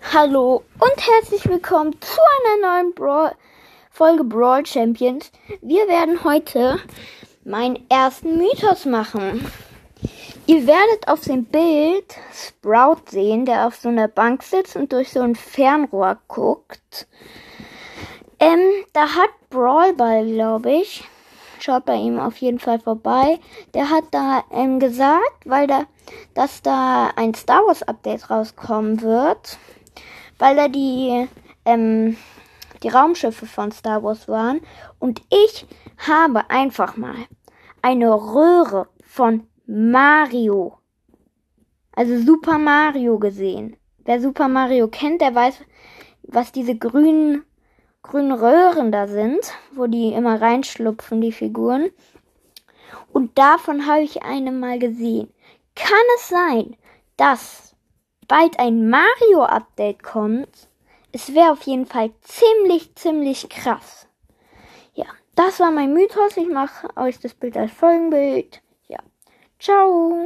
Hallo und herzlich willkommen zu einer neuen Folge Brawl Champions. Wir werden heute meinen ersten Mythos machen. Ihr werdet auf dem Bild Sprout sehen, der auf so einer Bank sitzt und durch so ein Fernrohr guckt. Da hat Brawlball, glaube ich, schaut bei ihm auf jeden Fall vorbei. Der hat da gesagt, dass da ein Star Wars Update rauskommen wird, weil da die Raumschiffe von Star Wars waren. Und ich habe einfach mal eine Röhre von Mario, also Super Mario, gesehen. Wer Super Mario kennt, der weiß, was diese grünen Röhren da sind, wo die immer reinschlupfen, die Figuren. Und davon habe ich eine mal gesehen. Kann es sein, dass bald ein Mario-Update kommt? Es wäre auf jeden Fall ziemlich krass. Ja, das war mein Mythos. Ich mache euch das Bild als Folgenbild. Ja, ciao.